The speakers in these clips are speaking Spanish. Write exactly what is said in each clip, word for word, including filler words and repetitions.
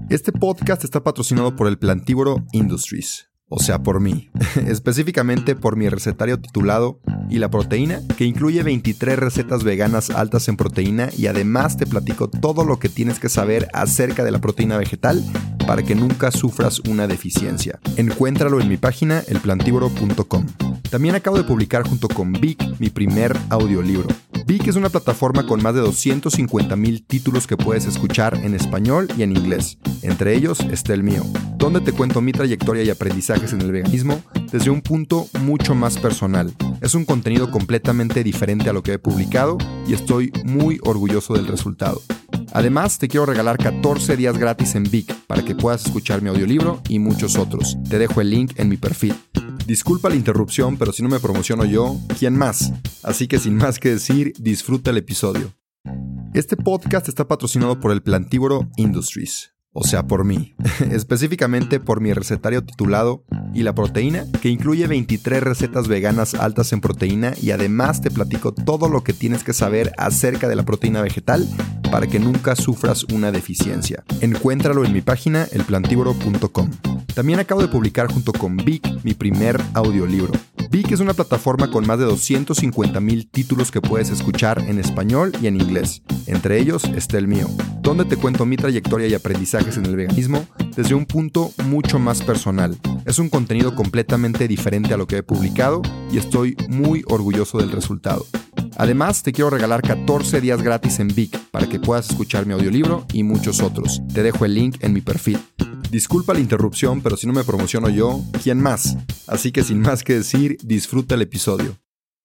Este podcast está patrocinado por el Plantívoro Industries, o sea, por mí, específicamente por mi recetario titulado "Y la proteína", que incluye veintitrés recetas veganas altas en proteína y además te platico todo lo que tienes que saber acerca de la proteína vegetal para que nunca sufras una deficiencia. Encuéntralo en mi página el plantívoro punto com. También acabo de publicar junto con Vic mi primer audiolibro. Vic es una plataforma con más de doscientos cincuenta mil títulos que puedes escuchar en español y en inglés. Entre ellos está el mío, donde te cuento mi trayectoria y aprendizajes en el veganismo desde un punto mucho más personal. Es un contenido completamente diferente a lo que he publicado y estoy muy orgulloso del resultado. Además, te quiero regalar catorce días gratis en Vic para que puedas escuchar mi audiolibro y muchos otros. Te dejo el link en mi perfil. Disculpa la interrupción, pero si no me promociono yo, ¿quién más? Así que sin más que decir, disfruta el episodio. Este podcast está patrocinado por el Plantívoro Industries, o sea, por mí, específicamente por mi recetario titulado "Y la proteína", que incluye veintitrés recetas veganas altas en proteína y además te platico todo lo que tienes que saber acerca de la proteína vegetal para que nunca sufras una deficiencia. Encuéntralo en mi página el plantívoro punto com. También acabo de publicar junto con Vic mi primer audiolibro. Vic es una plataforma con más de doscientos cincuenta mil títulos que puedes escuchar en español y en inglés. Entre ellos está el mío, donde te cuento mi trayectoria y aprendizajes en el veganismo desde un punto mucho más personal. Es un contenido completamente diferente a lo que he publicado y estoy muy orgulloso del resultado. Además, te quiero regalar catorce días gratis en Vic para que puedas escuchar mi audiolibro y muchos otros. Te dejo el link en mi perfil. Disculpa la interrupción, pero si no me promociono yo, ¿quién más? Así que sin más que decir, disfruta el episodio.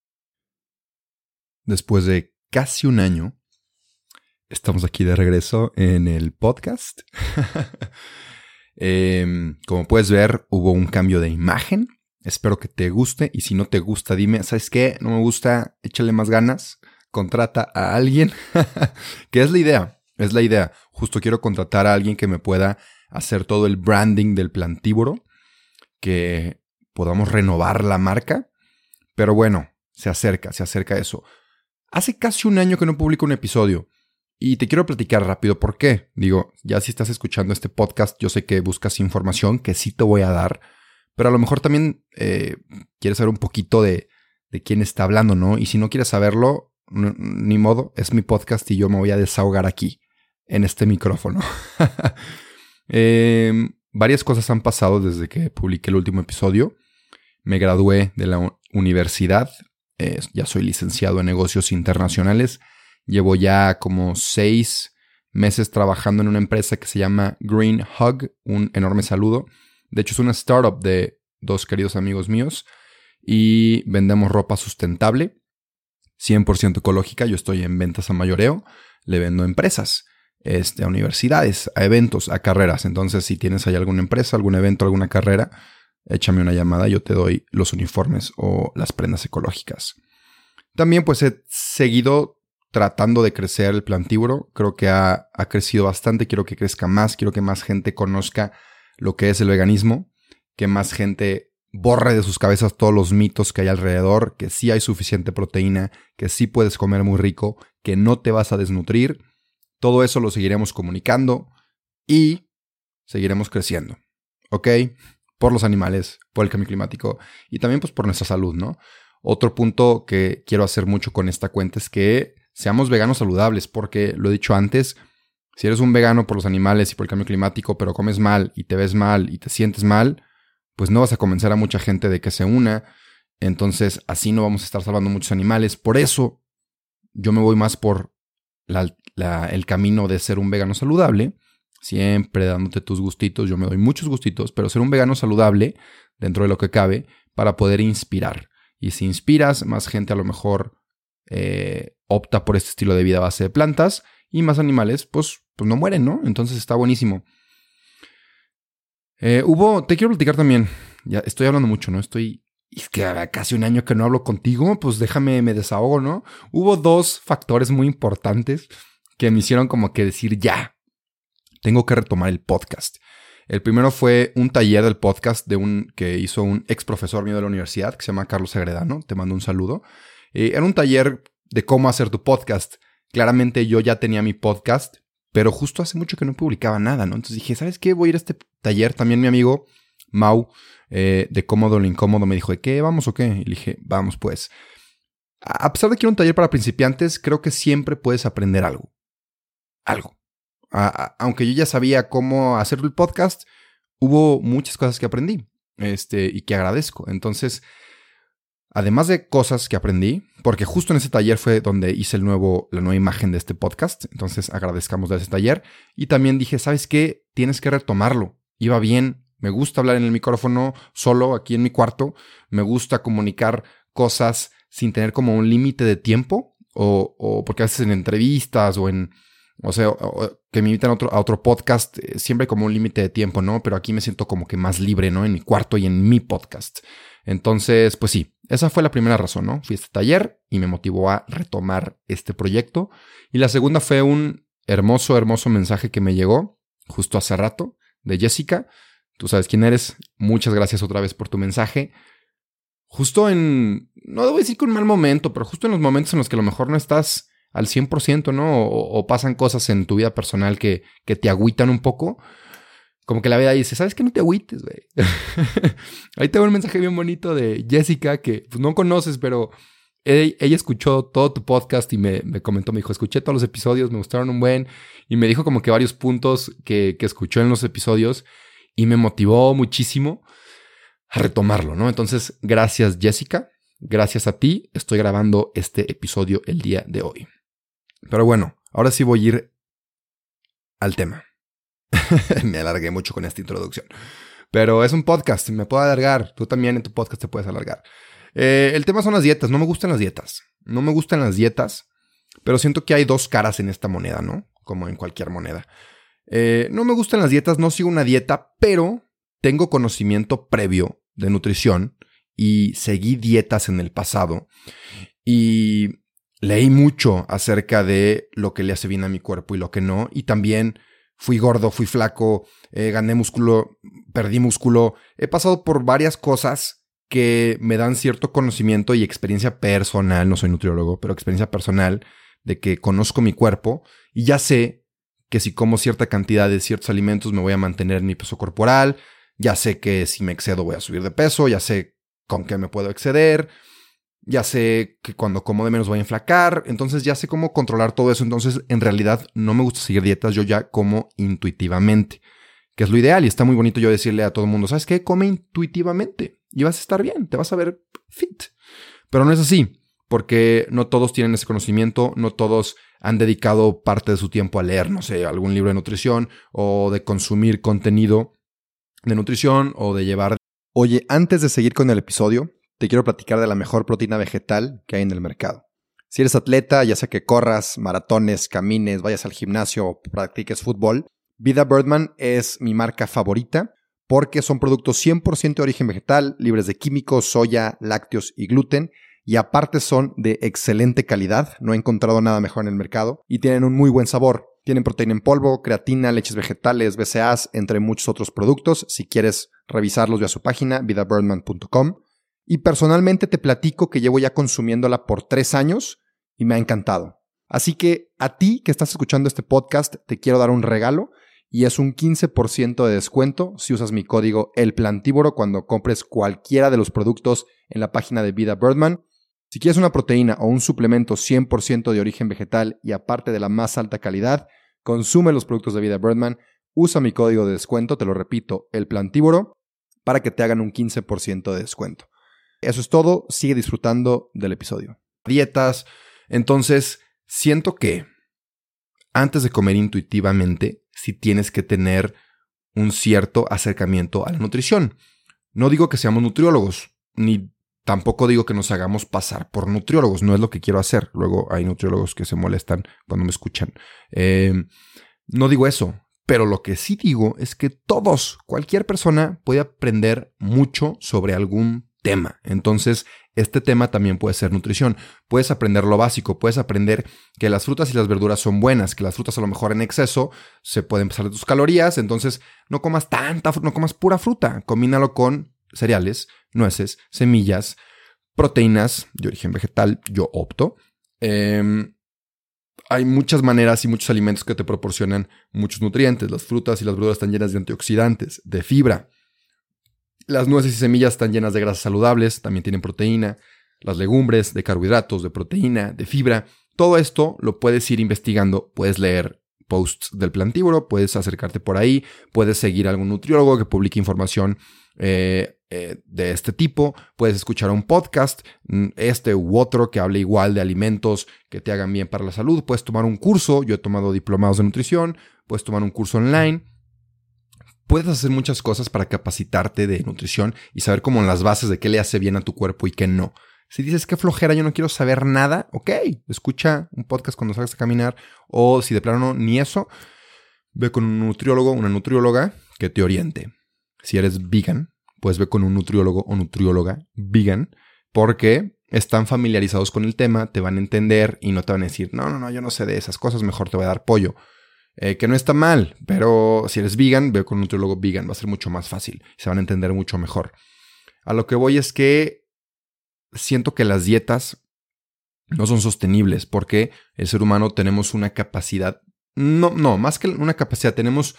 Después de casi un año, estamos aquí de regreso en el podcast. eh, como puedes ver, hubo un cambio de imagen. Espero que te guste y si no te gusta, dime, ¿sabes qué? No me gusta, échale más ganas, contrata a alguien. Que es la idea, es la idea. Justo quiero contratar a alguien que me pueda hacer todo el branding del Plantívoro, que podamos renovar la marca. Pero bueno, se acerca, se acerca eso. Hace casi un año que no publico un episodio y te quiero platicar rápido por qué. Digo, ya si estás escuchando este podcast, yo sé que buscas información que sí te voy a dar, pero a lo mejor también eh, quieres saber un poquito de, de quién está hablando, ¿no? Y si no quieres saberlo, n- ni modo, es mi podcast y yo me voy a desahogar aquí, en este micrófono. Eh, varias cosas han pasado desde que publiqué el último episodio. Me gradué de la u- universidad. Eh, ya soy licenciado en negocios internacionales. Llevo ya como seis meses trabajando en una empresa que se llama Green Hug. Un enorme saludo. De hecho, es una startup de dos queridos amigos míos. Y vendemos ropa sustentable, cien por ciento ecológica. Yo estoy en ventas a mayoreo. Le vendo a empresas. Este, a universidades, a eventos, a carreras. Entonces, si tienes ahí alguna empresa, algún evento, alguna carrera, échame una llamada, yo te doy los uniformes o las prendas ecológicas. También pues he seguido tratando de crecer el Plantívoro. Creo que ha, ha crecido bastante, quiero que crezca más, quiero que más gente conozca lo que es el veganismo, que más gente borre de sus cabezas todos los mitos que hay alrededor, que sí hay suficiente proteína, que sí puedes comer muy rico, que no te vas a desnutrir. Todo eso lo seguiremos comunicando y seguiremos creciendo, ¿ok? Por los animales, por el cambio climático y también pues por nuestra salud, ¿no? Otro punto que quiero hacer mucho con esta cuenta es que seamos veganos saludables, porque lo he dicho antes, si eres un vegano por los animales y por el cambio climático, pero comes mal y te ves mal y te sientes mal, pues no vas a convencer a mucha gente de que se una. Entonces así no vamos a estar salvando muchos animales. Por eso yo me voy más por La, la, el camino de ser un vegano saludable, siempre dándote tus gustitos. Yo me doy muchos gustitos, pero ser un vegano saludable dentro de lo que cabe para poder inspirar. Y si inspiras, más gente a lo mejor eh, opta por este estilo de vida a base de plantas y más animales pues, pues no mueren, ¿no? Entonces está buenísimo. Eh, hubo, te quiero platicar también, ya estoy hablando mucho, ¿no? Estoy... Es que casi un año que no hablo contigo, pues déjame, me desahogo, ¿no? Hubo dos factores muy importantes que me hicieron como que decir, ya, tengo que retomar el podcast. El primero fue un taller del podcast de un que hizo un ex profesor mío de la universidad, que se llama Carlos Agredano, te mando un saludo. Eh, era un taller de cómo hacer tu podcast. Claramente yo ya tenía mi podcast, pero justo hace mucho que no publicaba nada, ¿no? Entonces dije, ¿sabes qué? Voy a ir a este taller. También mi amigo Mau, eh, de Cómodo lo Incómodo, me dijo, ¿de qué? ¿Vamos o qué? Y le dije, vamos pues. A pesar de que era un taller para principiantes, creo que siempre puedes aprender algo. Algo. A, a, aunque yo ya sabía cómo hacer el podcast, hubo muchas cosas que aprendí, este, y que agradezco. Entonces, además de cosas que aprendí, porque justo en ese taller fue donde hice el nuevo, la nueva imagen de este podcast, entonces agradezcamos de ese taller. Y también dije, ¿sabes qué? Tienes que retomarlo. Iba bien, me gusta hablar en el micrófono solo aquí en mi cuarto, me gusta comunicar cosas sin tener como un límite de tiempo, o, o porque a veces en entrevistas o en, o sea, o, o que me invitan a otro, a otro podcast, eh, siempre hay como un límite de tiempo, ¿no? Pero aquí me siento como que más libre, ¿no? En mi cuarto y en mi podcast. Entonces, pues sí, esa fue la primera razón, ¿no? Fui a este taller y me motivó a retomar este proyecto. Y la segunda fue un hermoso, hermoso mensaje que me llegó justo hace rato de Jessica. Tú sabes quién eres. Muchas gracias otra vez por tu mensaje. Justo en, no debo decir que un mal momento, pero justo en los momentos en los que a lo mejor no estás al cien por ciento, ¿no? O, o pasan cosas en tu vida personal que, que te agüitan un poco. Como que la vida dice, ¿sabes qué? No te agüites, güey. Ahí tengo un mensaje bien bonito de Jessica que pues, no conoces, pero ella, ella escuchó todo tu podcast y me, me comentó, me dijo, escuché todos los episodios, me gustaron un buen, y me dijo como que varios puntos que, que escuchó en los episodios y me motivó muchísimo a retomarlo, ¿no? Entonces, gracias Jessica, gracias a ti, estoy grabando este episodio el día de hoy. Pero bueno, ahora sí voy a ir al tema. Me alargué mucho con esta introducción. Pero es un podcast, me puedo alargar. Tú también en tu podcast te puedes alargar. Eh, el tema son las dietas. No me gustan las dietas. No me gustan las dietas. Pero siento que hay dos caras en esta moneda, ¿no? Como en cualquier moneda. Eh, no me gustan las dietas, no sigo una dieta, pero tengo conocimiento previo de nutrición y seguí dietas en el pasado. Y leí mucho acerca de lo que le hace bien a mi cuerpo y lo que no. Y también fui gordo, fui flaco, eh, gané músculo, perdí músculo. He pasado por varias cosas que me dan cierto conocimiento y experiencia personal. No soy nutriólogo, pero experiencia personal de que conozco mi cuerpo y ya sé que si como cierta cantidad de ciertos alimentos me voy a mantener en mi peso corporal. Ya sé que si me excedo voy a subir de peso. Ya sé con qué me puedo exceder. Ya sé que cuando como de menos voy a enflacar. Entonces ya sé cómo controlar todo eso. Entonces en realidad no me gusta seguir dietas. Yo ya como intuitivamente, que es lo ideal. Y está muy bonito yo decirle a todo el mundo, ¿sabes qué? Come intuitivamente y vas a estar bien. Te vas a ver fit. Pero no es así. Porque no todos tienen ese conocimiento. No todos han dedicado parte de su tiempo a leer, no sé, algún libro de nutrición. O de consumir contenido de nutrición. O de llevar... Oye, antes de seguir con el episodio, te quiero platicar de la mejor proteína vegetal que hay en el mercado. Si eres atleta, ya sea que corras, maratones, camines, vayas al gimnasio o practiques fútbol, Vida Birdman es mi marca favorita porque son productos cien por ciento de origen vegetal, libres de químicos, soya, lácteos y gluten, y aparte son de excelente calidad. No he encontrado nada mejor en el mercado y tienen un muy buen sabor. Tienen proteína en polvo, creatina, leches vegetales, B C A As, entre muchos otros productos. Si quieres revisarlos, ve a su página vida birdman punto com. Y personalmente te platico que llevo ya consumiéndola por tres años y me ha encantado. Así que a ti que estás escuchando este podcast te quiero dar un regalo y es un quince por ciento de descuento si usas mi código El Plantívoro cuando compres cualquiera de los productos en la página de Vida Birdman. Si quieres una proteína o un suplemento cien por ciento de origen vegetal y aparte de la más alta calidad, consume los productos de Vida Birdman, usa mi código de descuento, te lo repito, El Plantívoro, para que te hagan un quince por ciento de descuento. Eso es todo, sigue disfrutando del episodio. Dietas, entonces siento que antes de comer intuitivamente, sí tienes que tener un cierto acercamiento a la nutrición. No digo que seamos nutriólogos, ni tampoco digo que nos hagamos pasar por nutriólogos, no es lo que quiero hacer. Luego hay nutriólogos que se molestan cuando me escuchan. Eh, no digo eso, pero lo que sí digo es que todos, cualquier persona puede aprender mucho sobre algún tema. Entonces, este tema también puede ser nutrición. Puedes aprender lo básico, puedes aprender que las frutas y las verduras son buenas, que las frutas a lo mejor en exceso se pueden pasar de tus calorías, entonces no comas tanta, no comas pura fruta, combínalo con cereales, nueces, semillas, proteínas de origen vegetal, yo opto. Eh, hay muchas maneras y muchos alimentos que te proporcionan muchos nutrientes. Las frutas y las verduras están llenas de antioxidantes, de fibra. Las nueces y semillas están llenas de grasas saludables, también tienen proteína. Las legumbres, de carbohidratos, de proteína, de fibra. Todo esto lo puedes ir investigando, puedes leer posts del Plantívoro, puedes acercarte por ahí, puedes seguir a algún nutriólogo que publique información eh, eh, de este tipo, puedes escuchar un podcast, este u otro que hable igual de alimentos que te hagan bien para la salud, puedes tomar un curso, yo he tomado diplomados de nutrición, puedes tomar un curso online, puedes hacer muchas cosas para capacitarte de nutrición y saber como las bases de qué le hace bien a tu cuerpo y qué no. Si dices que flojera, yo no quiero saber nada, ok, escucha un podcast cuando salgas a caminar, o si de plano ni eso, ve con un nutriólogo, una nutrióloga que te oriente. Si eres vegan, pues ve con un nutriólogo o nutrióloga vegan, porque están familiarizados con el tema, te van a entender y no te van a decir, no, no, no, yo no sé de esas cosas, mejor te voy a dar pollo. Eh, que no está mal, pero si eres vegan, ve con un nutriólogo vegan, va a ser mucho más fácil, se van a entender mucho mejor. A lo que voy es que siento que las dietas no son sostenibles porque el ser humano tenemos una capacidad, no, no, más que una capacidad, tenemos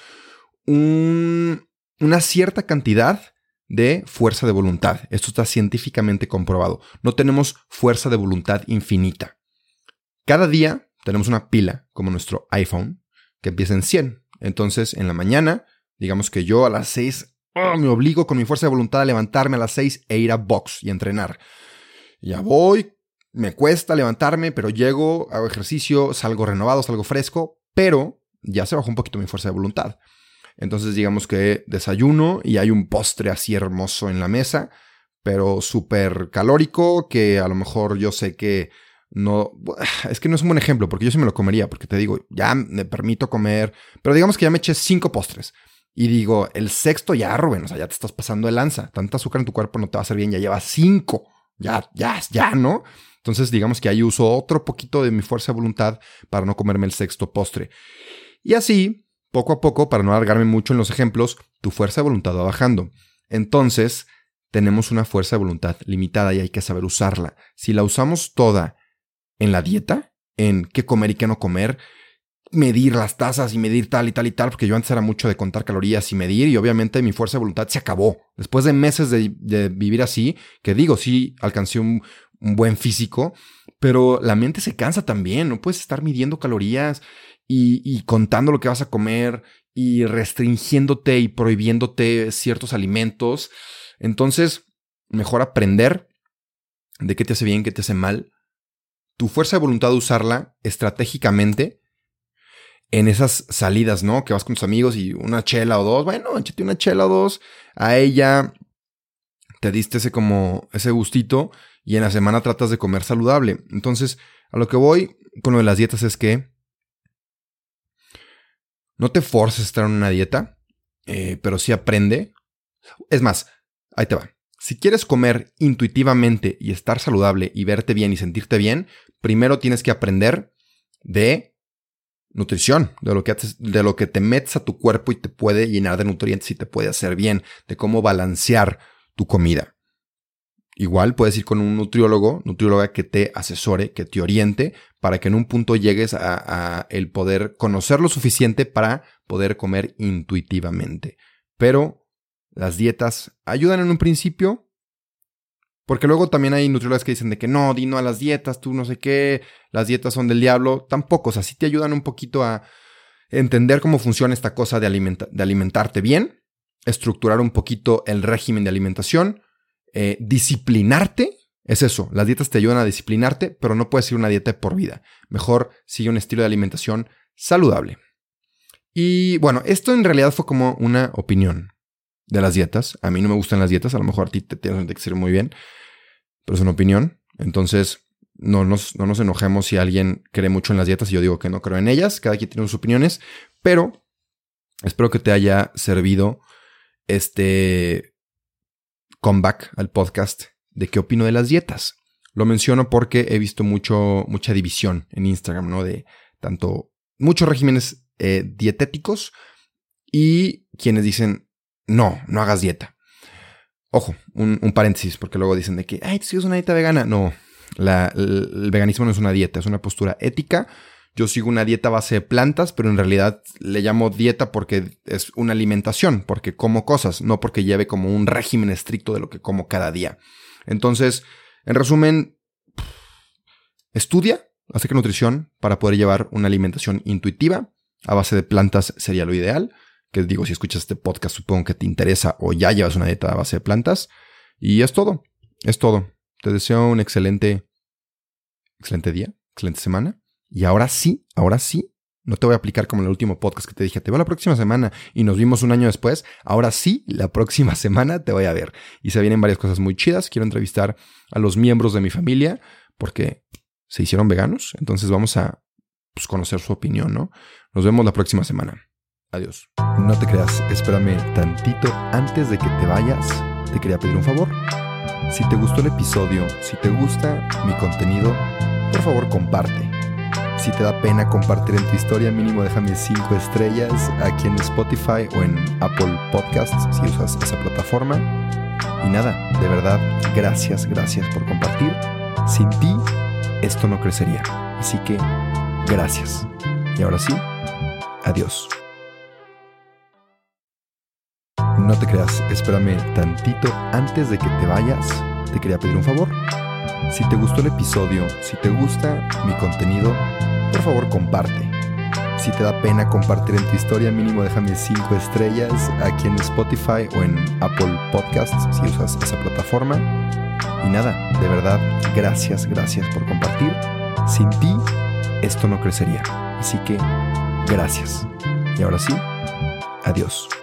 un, una cierta cantidad de fuerza de voluntad. Esto está científicamente comprobado. No tenemos fuerza de voluntad infinita. Cada día tenemos una pila, como nuestro iPhone, que empieza en cien. Entonces, en la mañana, digamos que yo a las seis oh, me obligo con mi fuerza de voluntad a levantarme a las seis e ir a box y entrenar. Ya voy, me cuesta levantarme, pero llego, hago ejercicio, salgo renovado, salgo fresco, pero ya se bajó un poquito mi fuerza de voluntad. Entonces digamos que desayuno y hay un postre así hermoso en la mesa, pero súper calórico, que a lo mejor yo sé que no... Es que no es un buen ejemplo, porque yo sí me lo comería, porque te digo, ya me permito comer, pero digamos que ya me eché cinco postres. Y digo, el sexto ya, Rubén, o sea, ya te estás pasando de lanza. Tanta azúcar en tu cuerpo no te va a hacer bien, ya llevas cinco. Ya, ya, ya, ¿no? Entonces digamos que ahí uso otro poquito de mi fuerza de voluntad para no comerme el sexto postre. Y así, poco a poco, para no alargarme mucho en los ejemplos, tu fuerza de voluntad va bajando. Entonces, tenemos una fuerza de voluntad limitada y hay que saber usarla. Si la usamos toda en la dieta, en qué comer y qué no comer, medir las tazas y medir tal y tal y tal, porque yo antes era mucho de contar calorías y medir, y obviamente mi fuerza de voluntad se acabó. Después de meses de, de vivir así, que digo, sí, alcancé un, un buen físico, pero la mente se cansa también. No puedes estar midiendo calorías y, y contando lo que vas a comer y restringiéndote y prohibiéndote ciertos alimentos. Entonces, mejor aprender de qué te hace bien, qué te hace mal. Tu fuerza de voluntad, usarla estratégicamente en esas salidas, ¿no? Que vas con tus amigos y una chela o dos. Bueno, échate una chela o dos. A ella te diste ese como ese gustito y en la semana tratas de comer saludable. Entonces, a lo que voy con lo de las dietas es que no te forces a estar en una dieta, eh, pero sí aprende. Es más, ahí te va. Si quieres comer intuitivamente y estar saludable y verte bien y sentirte bien, primero tienes que aprender de nutrición, de lo que haces, de lo que te metes a tu cuerpo y te puede llenar de nutrientes y te puede hacer bien, de cómo balancear tu comida. Igual puedes ir con un nutriólogo, nutrióloga que te asesore, que te oriente, para que en un punto llegues a, a el poder conocer lo suficiente para poder comer intuitivamente. Pero las dietas ayudan en un principio, porque luego también hay nutriólogas que dicen de que no, di no a las dietas, tú no sé qué, las dietas son del diablo. Tampoco, o sea, sí te ayudan un poquito a entender cómo funciona esta cosa de, alimenta- de alimentarte bien, estructurar un poquito el régimen de alimentación, eh, disciplinarte. Es eso, las dietas te ayudan a disciplinarte, pero no puedes ir una dieta por vida. Mejor sigue un estilo de alimentación saludable. Y bueno, esto en realidad fue como una opinión de las dietas. A mí no me gustan las dietas, a lo mejor a ti te tienen que ser muy bien, pero es una opinión. Entonces, no nos, no nos enojemos si alguien cree mucho en las dietas y yo digo que no creo en ellas. Cada quien tiene sus opiniones, pero espero que te haya servido este comeback al podcast de qué opino de las dietas. Lo menciono porque he visto mucho, mucha división en Instagram, ¿no? De tanto, muchos regímenes eh, dietéticos y quienes dicen, no, no hagas dieta. Ojo, un, un paréntesis, porque luego dicen de que, ay, tú sigues una dieta vegana. No, la, el, el veganismo no es una dieta, es una postura ética. yo sigo una dieta a base de plantas, pero en realidad le llamo dieta porque es una alimentación, porque como cosas, no porque lleve como un régimen estricto de lo que como cada día. Entonces, en resumen, estudia acerca de nutrición para poder llevar una alimentación intuitiva. A base de plantas sería lo ideal. Que digo, si escuchas este podcast, supongo que te interesa o ya llevas una dieta a base de plantas. Y es todo, es todo. Te deseo un excelente, excelente día, excelente semana. Y ahora sí, ahora sí, no te voy a aplicar como en el último podcast que te dije, te veo la próxima semana y nos vimos un año después. Ahora sí, la próxima semana te voy a ver. Y se vienen varias cosas muy chidas. Quiero entrevistar a los miembros de mi familia porque se hicieron veganos. Entonces vamos a pues, conocer su opinión, ¿no? Nos vemos la próxima semana. Adiós. No te creas, espérame tantito. Antes de que te vayas, te quería pedir un favor. Si te gustó el episodio, si te gusta mi contenido, por favor comparte. Si te da pena compartir en tu historia, mínimo déjame cinco estrellas aquí en Spotify o en Apple Podcasts si usas esa plataforma. Y nada, de verdad, gracias, gracias por compartir. Sin ti, esto no crecería. Así que, gracias. Y ahora sí, adiós. No te creas, espérame tantito. Antes de que te vayas, te quería pedir un favor. Si te gustó el episodio, si te gusta mi contenido, por favor comparte. Si te da pena compartir en tu historia, mínimo déjame cinco estrellas aquí en Spotify o en Apple Podcasts si usas esa plataforma. Y nada, de verdad, gracias, gracias por compartir. Sin ti, esto no crecería. Así que, gracias. Y ahora sí, adiós.